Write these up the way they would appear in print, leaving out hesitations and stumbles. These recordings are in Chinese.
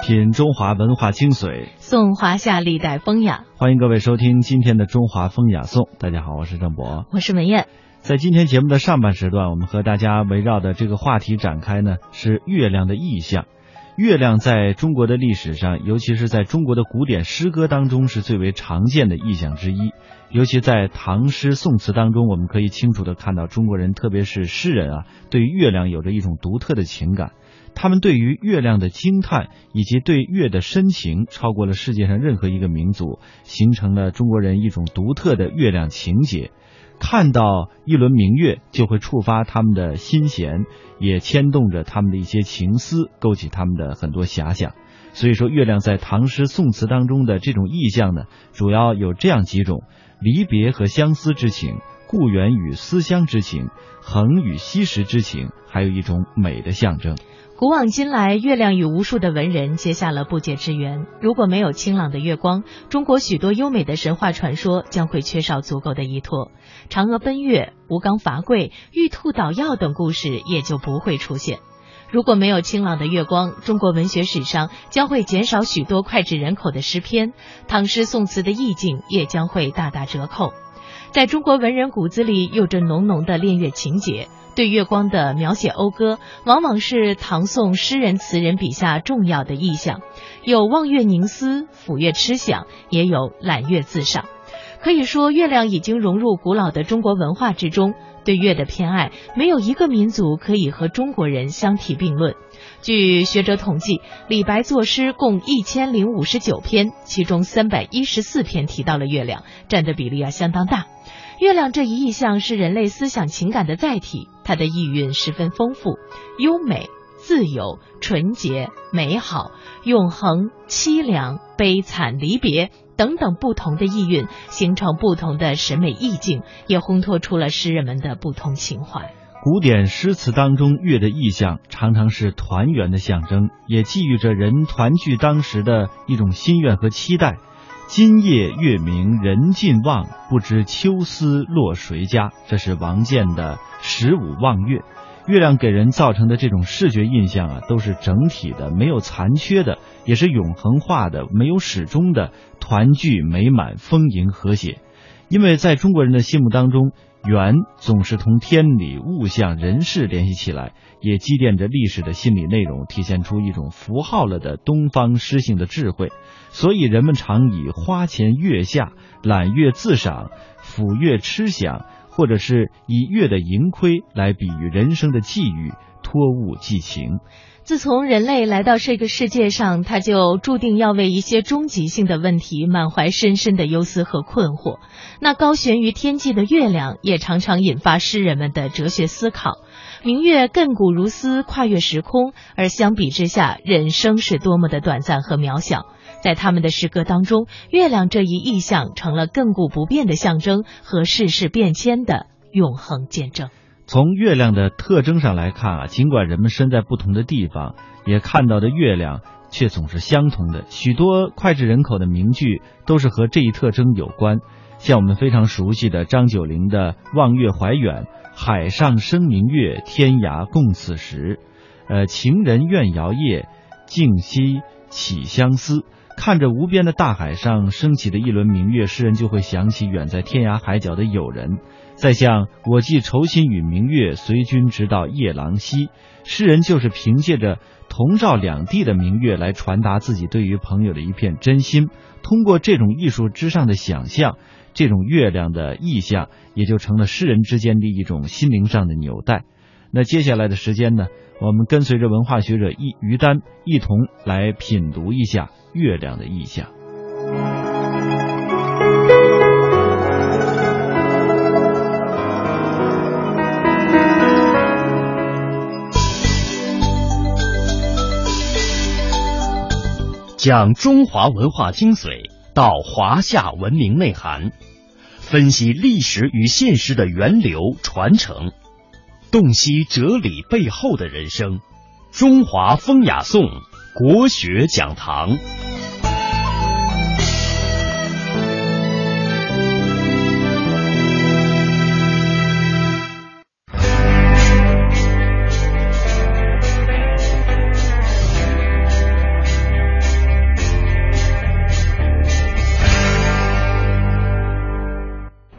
品中华文化精髓， 颂华夏历代风雅。 欢迎各位收听今天的中华风雅颂。大家好，我是郑博， 我是文燕。 在今天节目的上半时段，我们和大家围绕的这个话题展开呢，是月亮的意象。月亮在中国的历史上，尤其是在中国的古典诗歌当中，是最为常见的意象之一。尤其在唐诗宋词当中，我们可以清楚地看到中国人，特别是诗人对于月亮有着一种独特的情感。他们对于月亮的惊叹以及对月的深情，超过了世界上任何一个民族，形成了中国人一种独特的月亮情结。看到一轮明月，就会触发他们的心弦，也牵动着他们的一些情思，勾起他们的很多遐想。所以说，月亮在唐诗宋词当中的这种意象呢，主要有这样几种：离别和相思之情，故园与思乡之情，横与惜时之情，还有一种美的象征。 古往今来，月亮与无数的文人结下了不解之缘。如果没有清朗的月光，中国许多优美的神话传说将会缺少足够的依托。嫦娥奔月、吴刚伐桂、玉兔捣药等故事也就不会出现。如果没有清朗的月光，中国文学史上将会减少许多脍炙人口的诗篇，唐诗宋词的意境也将会大打折扣。在中国文人骨子里有着浓浓的恋月情结，对月光的描写讴歌，往往是唐宋诗人词人笔下重要的意象，有望月凝思、抚月痴想，也有揽月自赏。可以说，月亮已经融入古老的中国文化之中，对月的偏爱，没有一个民族可以和中国人相提并论。据学者统计，李白作诗共1059篇，其中314篇提到了月亮，占的比例相当大。月亮这一意象是人类思想情感的载体，它的意蕴十分丰富，优美、自由、纯洁、美好、永恒、凄凉、悲惨、离别等等不同的意蕴，形成不同的审美意境，也烘托出了诗人们的不同情怀。 古典诗词当中，月的意象常常是团圆的象征，也寄予着人团聚当时的一种心愿和期待。今夜月明人尽望，不知秋思落谁家。这是王建的《十五望月》。月亮给人造成的这种视觉印象都是整体的，没有残缺的，也是永恒化的，没有始终的，团聚美满，丰盈和谐。因为在中国人的心目当中，圆总是同天理、物象、人事联系起来，也积淀着历史的心理内容，体现出一种符号了的东方诗性的智慧。所以人们常以花前月下、揽月自赏、抚月痴想，或者是以月的盈亏来比喻人生的际遇、托物寄情。 自从人类来到这个世界上，他就注定要为一些终极性的问题满怀深深的忧思和困惑。那高悬于天际的月亮也常常引发诗人们的哲学思考。明月亘古如斯，跨越时空，而相比之下，人生是多么的短暂和渺小。在他们的诗歌当中，月亮这一意象成了亘古不变的象征和世事变迁的永恒见证。 从月亮的特征上来看尽管人们身在不同的地方，也看到的月亮却总是相同的。许多脍炙人口的名句都是和这一特征有关，像我们非常熟悉的张九龄的《望月怀远》，海上生明月，天涯共此时。情人怨遥夜，竟夕起相思。看着无边的大海上升起的一轮明月，诗人就会想起远在天涯海角的友人。再像我寄愁心与明月，随君直到夜郎西。诗人就是凭借着同照两地的明月来传达自己对于朋友的一片真心。通过这种艺术之上的想象，这种月亮的意象也就成了诗人之间的一种心灵上的纽带。那接下来的时间呢，我们跟随着文化学者于丹一同来品读一下月亮的意象。 讲中华文化精髓，道华夏文明内涵，分析历史与现实的源流传承，洞悉哲理背后的人生。中华风雅颂，国学讲堂。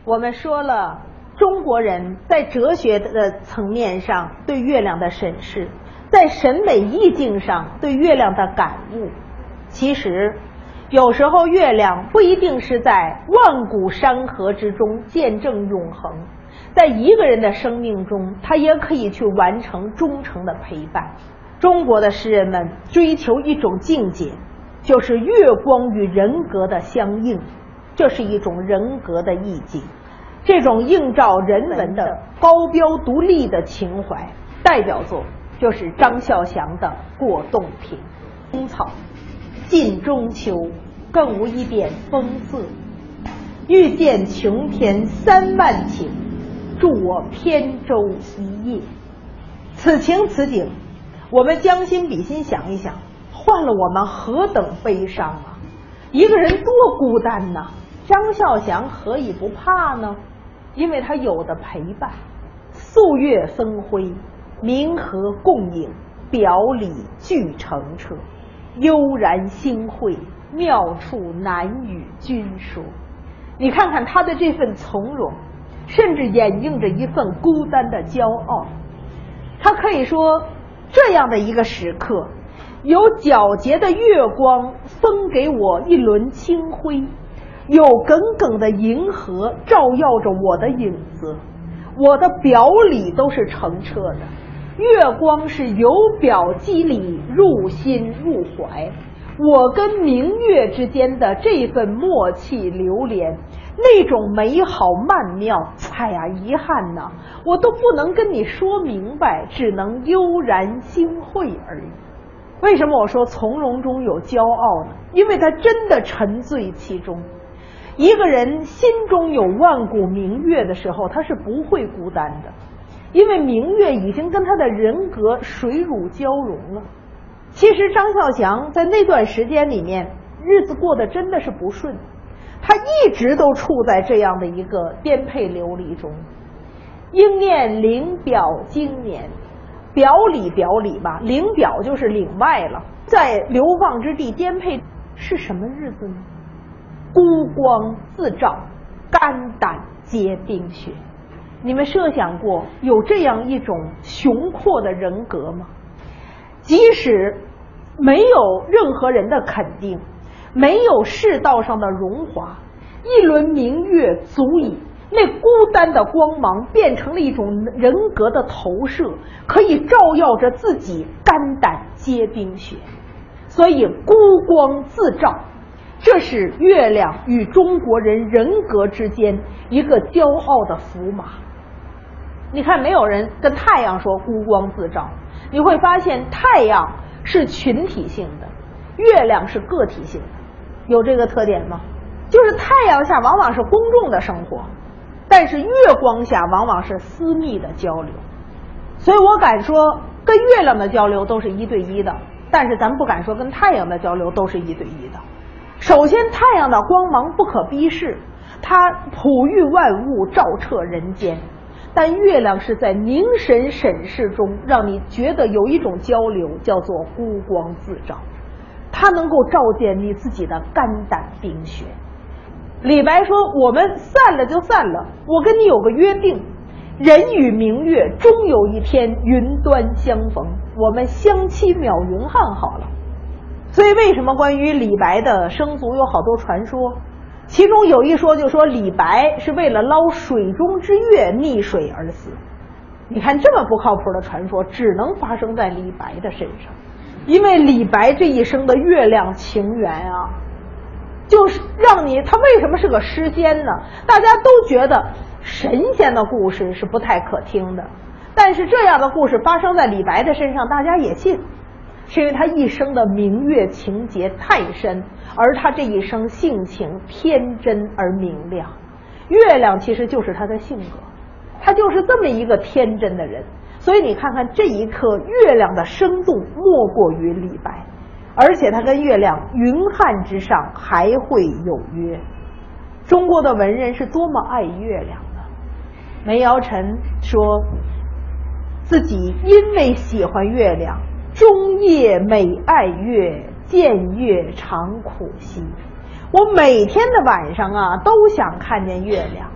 我们说了，中国人在哲学的层面上对月亮的审视，在审美意境上对月亮的感悟。其实有时候月亮不一定是在万古山河之中见证永恒，在一个人的生命中，它也可以去完成忠诚的陪伴。中国的诗人们追求一种境界，就是月光与人格的相应，这是一种人格的意境。这种映照人文的高标独立的情怀，代表作就是张孝祥的《过洞庭》。青草近中秋，更无一点风色。欲见琼天3万顷，助我扁舟一叶。此情此景，我们将心比心想一想，换了我们何等悲伤啊！一个人多孤单呐！张孝祥何以不怕呢？因为他有的陪伴。素月分辉，明和共影，表里俱澄澈。悠然心会，妙处难与君说。你看看他的这份从容，甚至掩映着一份孤单的骄傲。他可以说，这样的一个时刻，有皎洁的月光分给我一轮清辉，有耿耿的银河照耀着我的影子，我的表里都是澄澈的。月光是由表肌理，入心入怀。我跟明月之间的这份默契流连，那种美好曼妙，哎呀，遗憾呐，我都不能跟你说明白，只能悠然心会而已。为什么我说从容中有骄傲呢？因为他真的沉醉其中。一个人心中有万古明月的时候，他是不会孤单的，因为明月已经跟他的人格水乳交融了。其实张孝祥在那段时间里面，日子过得真的是不顺，他一直都处在这样的一个颠沛流离中。应念岭表经年，表里吧，岭表就是岭外了，在流放之地颠沛是什么日子呢？孤光自照，肝胆皆冰雪。你们设想过有这样一种雄阔的人格吗？即使没有任何人的肯定，没有世道上的荣华，一轮明月足以，那孤单的光芒变成了一种人格的投射，可以照耀着自己，肝胆皆冰雪。所以孤光自照，这是月亮与中国人人格之间一个骄傲的符码。你看，没有人跟太阳说孤光自照，你会发现太阳是群体性的，月亮是个体性的。有这个特点吗？就是太阳下往往是公众的生活，但是月光下往往是私密的交流。所以我敢说跟月亮的交流都是1对1的，但是咱不敢说跟太阳的交流都是1对1的。首先，太阳的光芒不可逼视，它普育万物，照彻人间。但月亮是在凝神审视中让你觉得有一种交流，叫做孤光自照，它能够照见你自己的肝胆冰雪。李白说，我们散了就散了，我跟你有个约定，人与明月终有一天云端相逢，我们相期邈云汉好了。所以为什么关于李白的生卒有好多传说，其中有一说就说李白是为了捞水中之月溺水而死。你看这么不靠谱的传说只能发生在李白的身上，因为李白这一生的月亮情缘啊，就是让你，他为什么是个诗仙呢？大家都觉得神仙的故事是不太可听的，但是这样的故事发生在李白的身上，大家也信，是因为他一生的明月情节太深，而他这一生性情天真而明亮。月亮其实就是他的性格，他就是这么一个天真的人。所以你看看这一刻月亮的生动莫过于李白，而且他跟月亮云汉之上还会有约。中国的文人是多么爱月亮的。梅尧臣说自己因为喜欢月亮，终夜每爱月，见月常苦兮。我每天的晚上啊都想看见月亮，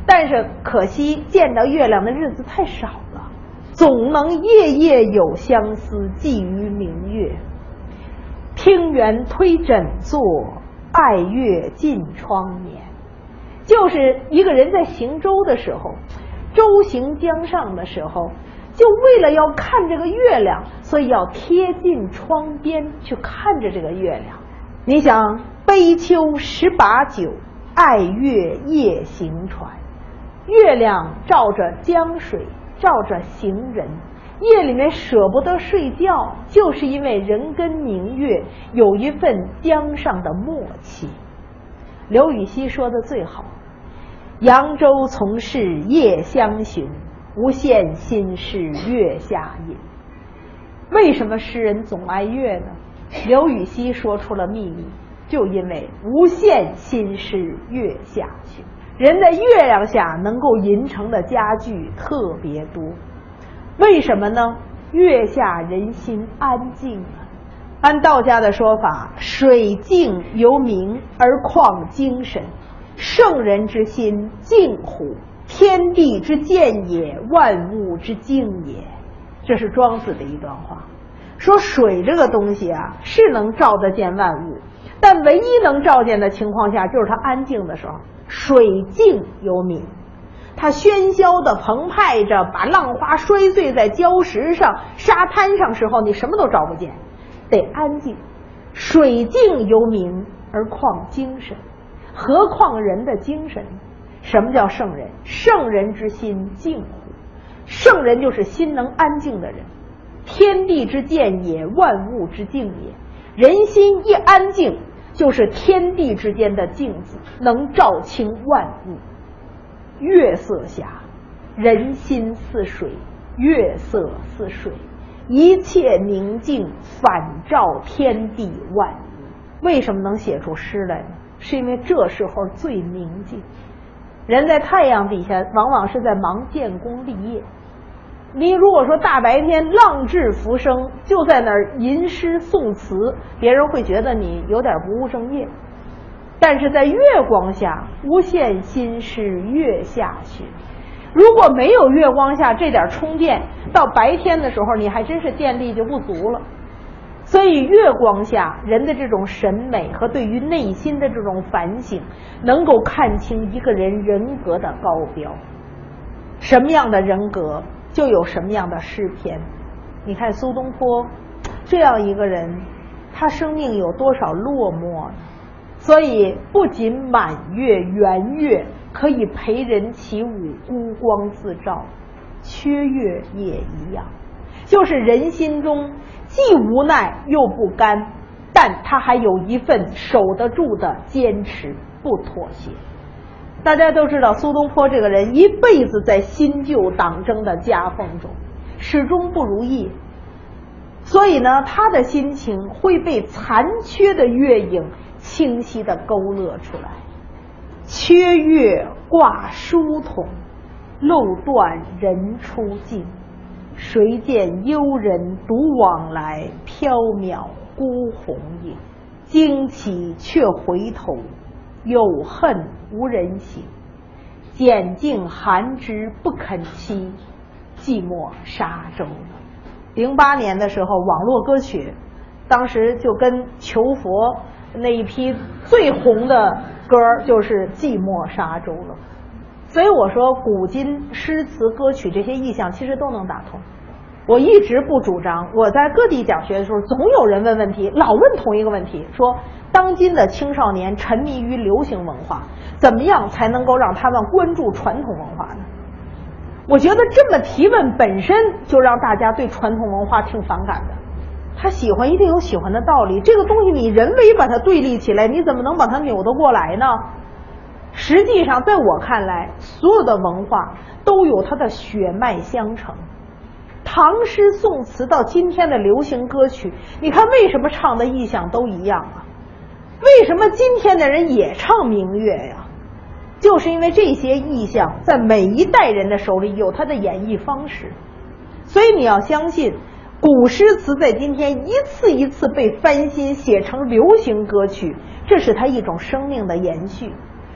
但是可惜见着月亮的日子太少了，总能夜夜有相思，寄于明月。听猿推枕坐，爱月近窗眠。就是一个人在行舟的时候，舟行江上的时候，就为了要看这个月亮，所以要贴近窗边去看着这个月亮。你想，悲秋18九，爱月夜行船。月亮照着江水，照着行人，夜里面舍不得睡觉，就是因为人跟明月有一份江上的默契。刘禹锡说的最好，扬州从事夜相寻，无限心事月下吟。为什么诗人总爱月呢？刘禹锡说出了秘密，就因为无限心事月下寻。人在月亮下能够吟成的佳句特别多，为什么呢？月下人心安静啊。按道家的说法，水静犹明而旷精神，圣人之心静乎，天地之见也，万物之精也。这是庄子的一段话，说水这个东西啊，是能照得见万物，但唯一能照见的情况下，就是它安静的时候。水静犹明，它喧嚣的澎湃着，把浪花摔碎在礁石上、沙滩上时候，你什么都找不见，得安静。水静犹明而旷精神，何况人的精神？什么叫圣人？圣人之心静乎，圣人就是心能安静的人。天地之见也，万物之静也。人心一安静，就是天地之间的镜子，能照清万物。月色下，人心似水，月色似水，一切宁静，反照天地万物。为什么能写出诗来呢？是因为这时候最宁静。人在太阳底下，往往是在忙建功立业。你如果说大白天浪掷浮生，就在那儿吟诗诵词，别人会觉得你有点不务正业。但是在月光下，无限心事月下寻。如果没有月光下这点充电，到白天的时候你还真是电力就不足了。所以月光下人的这种审美和对于内心的这种反省，能够看清一个人人格的高标。什么样的人格就有什么样的诗篇。你看苏东坡这样一个人，他生命有多少落寞呢？所以不仅满月圆月可以陪人起舞，孤光自照，缺月也一样，就是人心中既无奈又不甘，但他还有一份守得住的坚持，不妥协。大家都知道苏东坡这个人一辈子在新旧党争的夹缝中，始终不如意，所以呢，他的心情会被残缺的月影清晰地勾勒出来。缺月挂疏桐，漏断人初尽。谁见幽人独往来，缥缈孤鸿影。惊起却回头，有恨无人省。拣尽寒枝不肯栖，寂寞沙洲了。08年的时候，网络歌曲当时就跟求佛那一批最红的歌就是寂寞沙洲了。所以我说古今诗词歌曲这些意象其实都能打通。我一直不主张，我在各地讲学的时候总有人问问题，老问同一个问题，说当今的青少年沉迷于流行文化，怎么样才能够让他们关注传统文化呢？我觉得这么提问本身就让大家对传统文化挺反感的。他喜欢一定有喜欢的道理，这个东西你人为把它对立起来，你怎么能把它扭得过来呢？实际上在我看来，所有的文化都有它的血脉相承。唐诗宋词到今天的流行歌曲，你看为什么唱的意象都一样啊？为什么今天的人也唱明月呀？就是因为这些意象在每一代人的手里有它的演绎方式。所以你要相信，古诗词在今天一次一次被翻新写成流行歌曲，这是它一种生命的延续。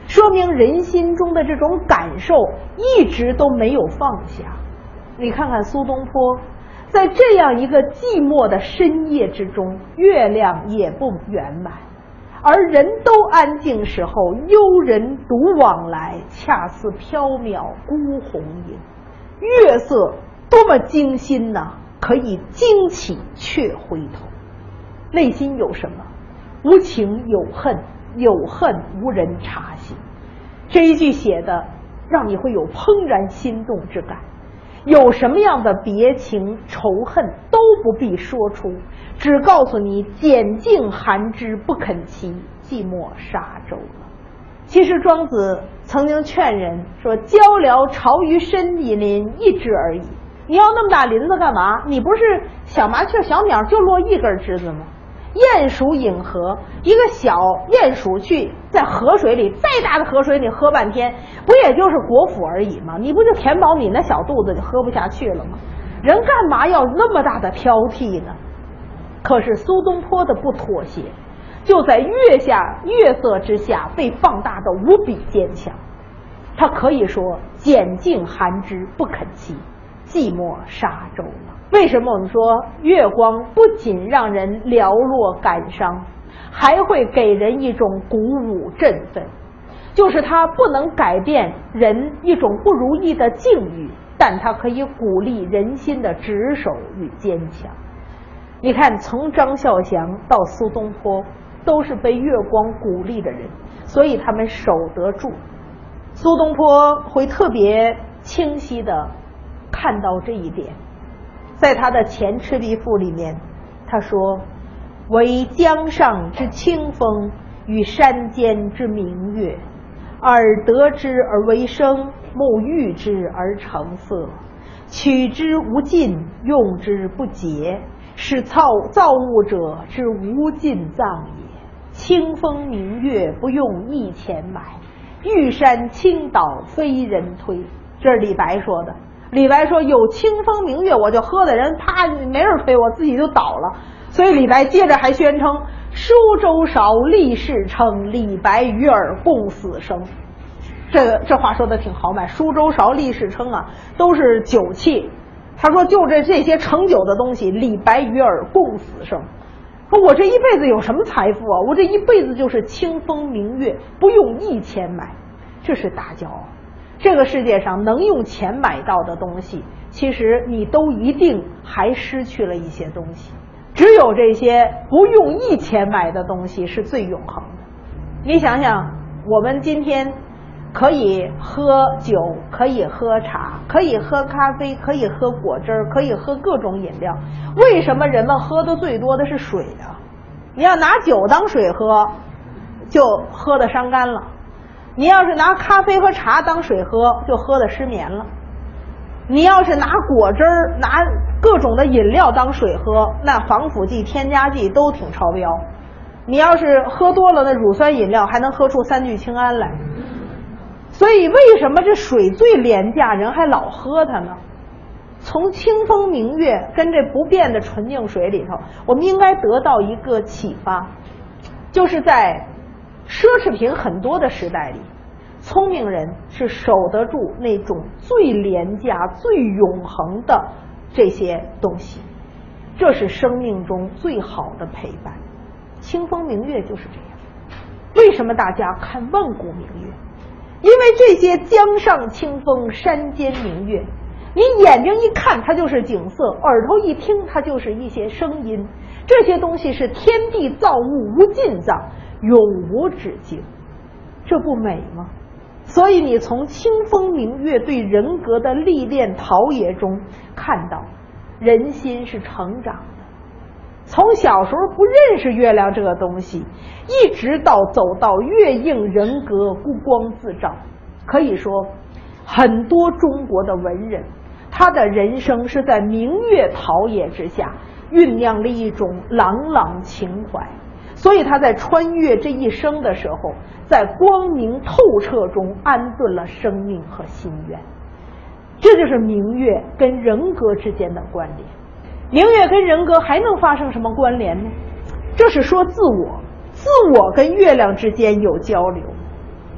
说明人心中的这种感受一直都没有放下。你看看苏东坡，在这样一个寂寞的深夜之中，月亮也不圆满，而人都安静时候，幽人独往来，恰似缥缈孤鸿影。月色多么惊心呐，可以惊起却回头。内心有什么？无情有恨，有恨无人察心。这一句写的让你会有怦然心动之感。有什么样的别情仇恨都不必说出，只告诉你简静寒枝不肯栖，寂寞沙洲了。其实庄子曾经劝人说，交鹩巢于深林，一枝而已。你要那么大林子干嘛？你不是小麻雀小鸟就落一根枝子吗？鼹鼠饮河，一个小鼹鼠去在河水里，再大的河水你喝半天，不也就是果腹而已吗？你不就填饱你那小肚子就喝不下去了吗？人干嘛要那么大的挑剔呢？可是苏东坡的不妥协，就在月色之下被放大的无比坚强。他可以说简静寒枝不肯栖，寂寞沙洲了。为什么我们说月光不仅让人寥落感伤，还会给人一种鼓舞振奋？就是它不能改变人一种不如意的境遇，但它可以鼓励人心的执守与坚强。你看，从张孝祥到苏东坡，都是被月光鼓励的人，所以他们守得住。苏东坡会特别清晰地看到这一点。在他的《前赤壁赋》里面，他说：惟江上之清风，与山间之明月，耳得之而为声，目遇之而成色，取之无尽，用之不竭，是造物者之无尽藏也。清风明月不用一钱买，玉山倾倒非人推。这是李白说的。李白说有清风明月我就喝的人，啪，没人推我自己就倒了。所以李白接着还宣称舒州少力士称，李白与尔共死生。这话说的挺豪迈，舒州少力士称啊，都是酒器。他说就这些盛酒的东西，李白与尔共死生。说我这一辈子有什么财富啊？我这一辈子就是清风明月，不用一钱买，这是大骄傲。这个世界上能用钱买到的东西，其实你都一定还失去了一些东西。只有这些不用一钱买的东西是最永恒的。你想想，我们今天可以喝酒，可以喝茶，可以喝咖啡，可以喝果汁，可以喝各种饮料，为什么人们喝的最多的是水啊？你要拿酒当水喝，就喝得伤肝了。你要是拿咖啡和茶当水喝，就喝得失眠了。你要是拿果汁拿各种的饮料当水喝，那防腐剂添加剂都挺超标。你要是喝多了那乳酸饮料，还能喝出三聚氰胺来。所以为什么这水最廉价，人还老喝它呢？从清风明月跟这不变的纯净水里头，我们应该得到一个启发，就是在奢侈品很多的时代里，聪明人是守得住那种最廉价最永恒的这些东西，这是生命中最好的陪伴。清风明月就是这样。为什么大家看万古明月？因为这些江上清风，山间明月，你眼睛一看它就是景色，耳朵一听它就是一些声音，这些东西是天地造物无尽藏，永无止境，这不美吗？所以你从清风明月对人格的历练陶冶中看到人心是成长的。从小时候不认识月亮这个东西，一直到走到月映人格，孤光自照。可以说很多中国的文人，他的人生是在明月陶冶之下酝酿了一种朗朗情怀，所以他在穿越这一生的时候，在光明透彻中安顿了生命和心愿。这就是明月跟人格之间的关联。明月跟人格还能发生什么关联呢？这是说自我，自我跟月亮之间有交流。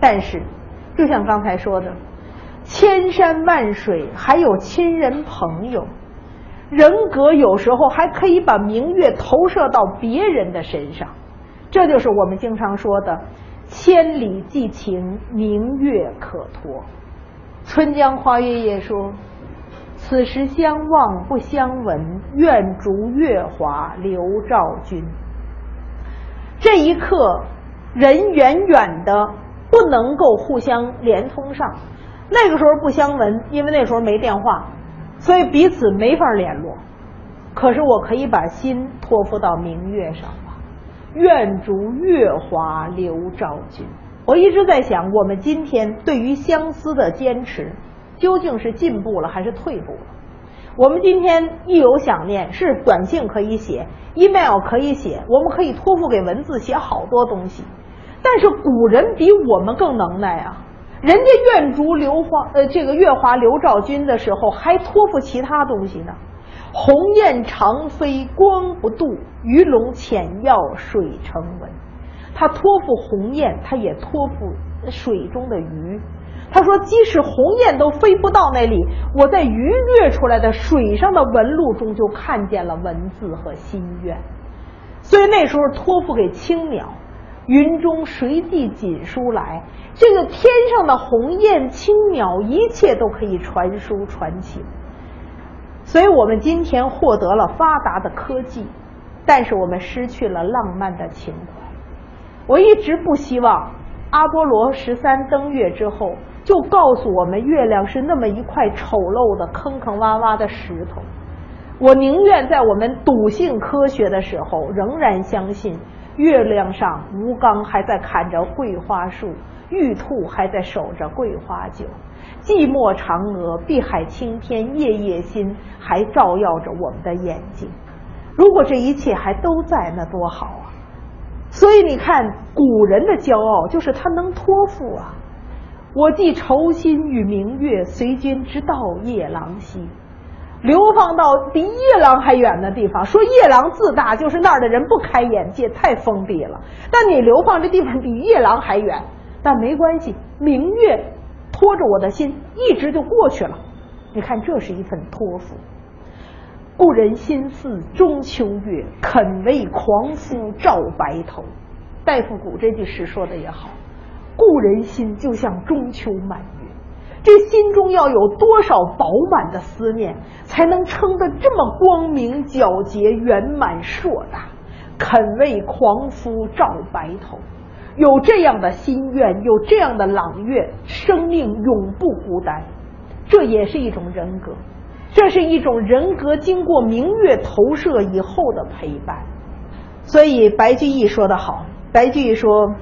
但是就像刚才说的，千山万水还有亲人朋友，人格有时候还可以把明月投射到别人的身上，这就是我们经常说的千里寄情，明月可托。春江花月夜说，此时相望不相闻，愿逐月华流照君。这一刻人远远的不能够互相连通上，那个时候不相闻，因为那时候没电话，所以彼此没法联络。可是我可以把心托付到明月上吧，愿逐月华流照君。我一直在想，我们今天对于相思的坚持究竟是进步了还是退步了？我们今天一有想念，是短信可以写， email 可以写，我们可以托付给文字写好多东西，但是古人比我们更能耐啊！人家愿逐月华流照君的时候还托付其他东西呢。鸿雁长飞光不度，鱼龙潜跃水成文。他托付鸿雁，他也托付水中的鱼。他说即使鸿雁都飞不到那里，我在鱼跃出来的水上的纹路中就看见了文字和心愿。所以那时候托付给青鸟，云中谁寄锦书来，这个天上的鸿雁青鸟一切都可以传书传情。所以我们今天获得了发达的科技，但是我们失去了浪漫的情怀。我一直不希望阿波罗13登月之后就告诉我们月亮是那么一块丑陋的坑坑洼洼的石头。我宁愿在我们笃信科学的时候仍然相信月亮上吴刚还在砍着桂花树，玉兔还在守着桂花酒，寂寞嫦娥碧海青天夜夜心还照耀着我们的眼睛。如果这一切还都在，那多好啊！所以你看古人的骄傲就是他能托付啊。我寄愁心与明月，随君直到夜郎西。流放到比夜郎还远的地方，说夜郎自大，就是那儿的人不开眼界，太封闭了。但你流放这地方比夜郎还远，但没关系，明月拖着我的心一直就过去了。你看这是一份托付。故人心似中秋月，肯为狂夫照白头。戴复古这句诗说的也好，故人心就像中秋满月，这心中要有多少饱满的思念，才能撑得这么光明皎洁圆满硕大？肯为狂夫照白头，有这样的心愿，有这样的朗月，生命永不孤单。这也是一种人格，这是一种人格经过明月投射以后的陪伴。所以白居易说得好，白居易说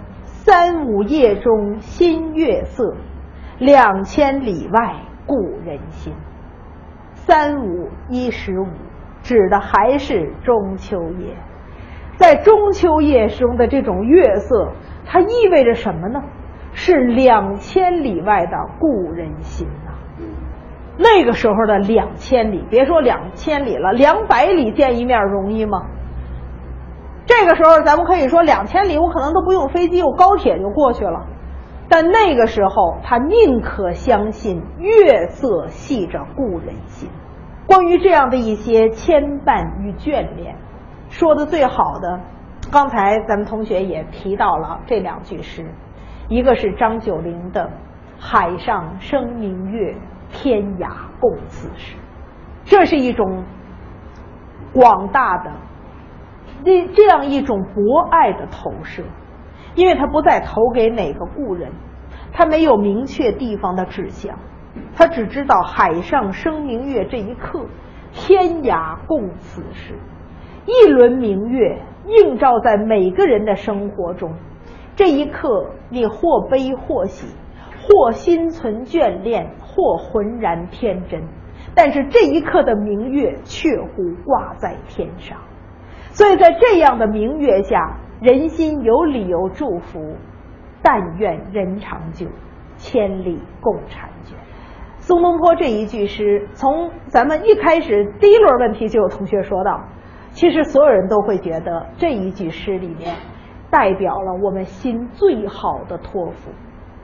3、5夜中新月色，2000里外故人心。3、5、15指的还是中秋夜。在中秋夜中的这种月色，它意味着什么呢？是2000里外的故人心啊。那个时候的2000里，别说2000里了，200里见一面容易吗？这个时候咱们可以说2000里我可能都不用飞机，我高铁就过去了。但那个时候他宁可相信月色系着故人心。关于这样的一些牵绊与眷恋，说的最好的，刚才咱们同学也提到了这2句诗，一个是张九龄的海上生明月，天涯共此时。这是一种广大的这样一种博爱的投射，因为他不再投给哪个故人，他没有明确地方的指向，他只知道海上生明月这一刻，天涯共此时。一轮明月映照在每个人的生活中，这一刻你或悲或喜，或心存眷恋，或浑然天真，但是这一刻的明月却乎挂在天上。所以在这样的明月下，人心有理由祝福，但愿人长久，千里共婵娟。苏东坡这一句诗，从咱们一开始第一轮问题就有同学说到，其实所有人都会觉得这一句诗里面代表了我们心最好的托付。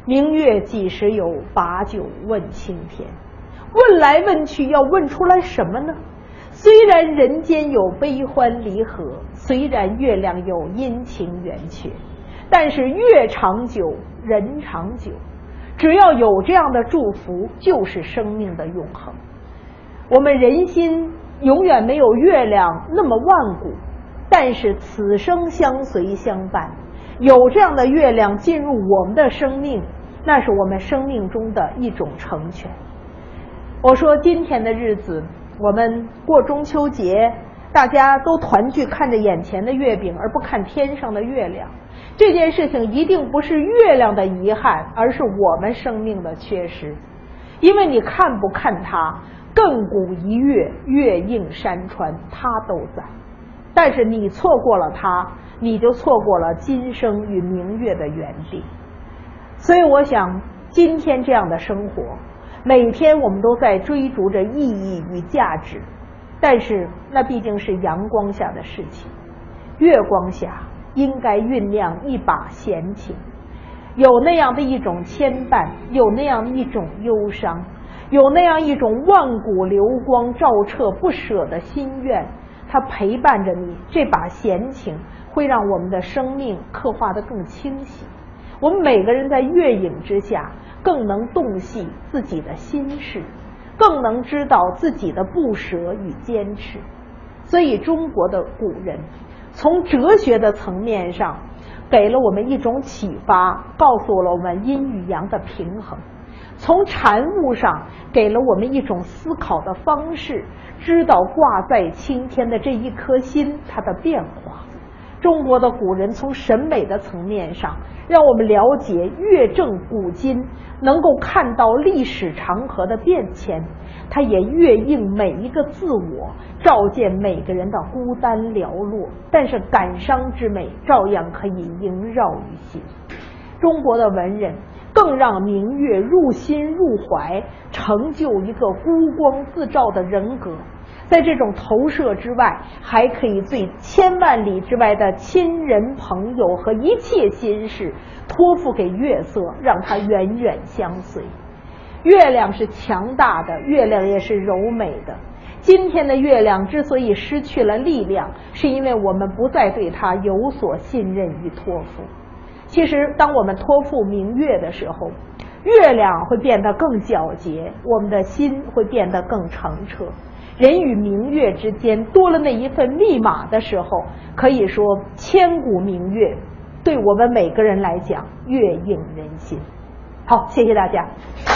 明月几时有，把酒问青天。问来问去，要问出来什么呢？虽然人间有悲欢离合，虽然月亮有阴晴圆缺，但是月长久人长久，只要有这样的祝福，就是生命的永恒。我们人心永远没有月亮那么万古，但是此生相随相伴，有这样的月亮进入我们的生命，那是我们生命中的一种成全。我说今天的日子，我们过中秋节，大家都团聚，看着眼前的月饼而不看天上的月亮，这件事情一定不是月亮的遗憾，而是我们生命的缺失。因为你看不看它，亘古一月，月映山川，它都在。但是你错过了它，你就错过了今生与明月的缘地。所以我想，今天这样的生活，每天我们都在追逐着意义与价值，但是那毕竟是阳光下的事情，月光下应该酝酿一把闲情，有那样的一种牵绊，有那样一种忧伤，有那样一种万古流光照彻不舍的心愿，它陪伴着你。这把闲情会让我们的生命刻画得更清晰，我们每个人在月影之下更能洞悉自己的心事，更能知道自己的不舍与坚持。所以中国的古人从哲学的层面上给了我们一种启发，告诉了我们阴与阳的平衡；从禅悟上给了我们一种思考的方式，知道挂在青天的这一颗心它的变化。中国的古人从审美的层面上让我们了解月正古今，能够看到历史长河的变迁，它也月映每一个自我，照见每个人的孤单寥落，但是感伤之美照样可以萦绕于心。中国的文人更让明月入心入怀，成就一个孤光自照的人格。在这种投射之外，还可以对千万里之外的亲人朋友和一切心事托付给月色，让它远远相随。月亮是强大的，月亮也是柔美的。今天的月亮之所以失去了力量，是因为我们不再对它有所信任与托付。其实当我们托付明月的时候，月亮会变得更皎洁，我们的心会变得更澄澈。人与明月之间多了那一份密码的时候，可以说千古明月对我们每个人来讲月映人心。好，谢谢大家。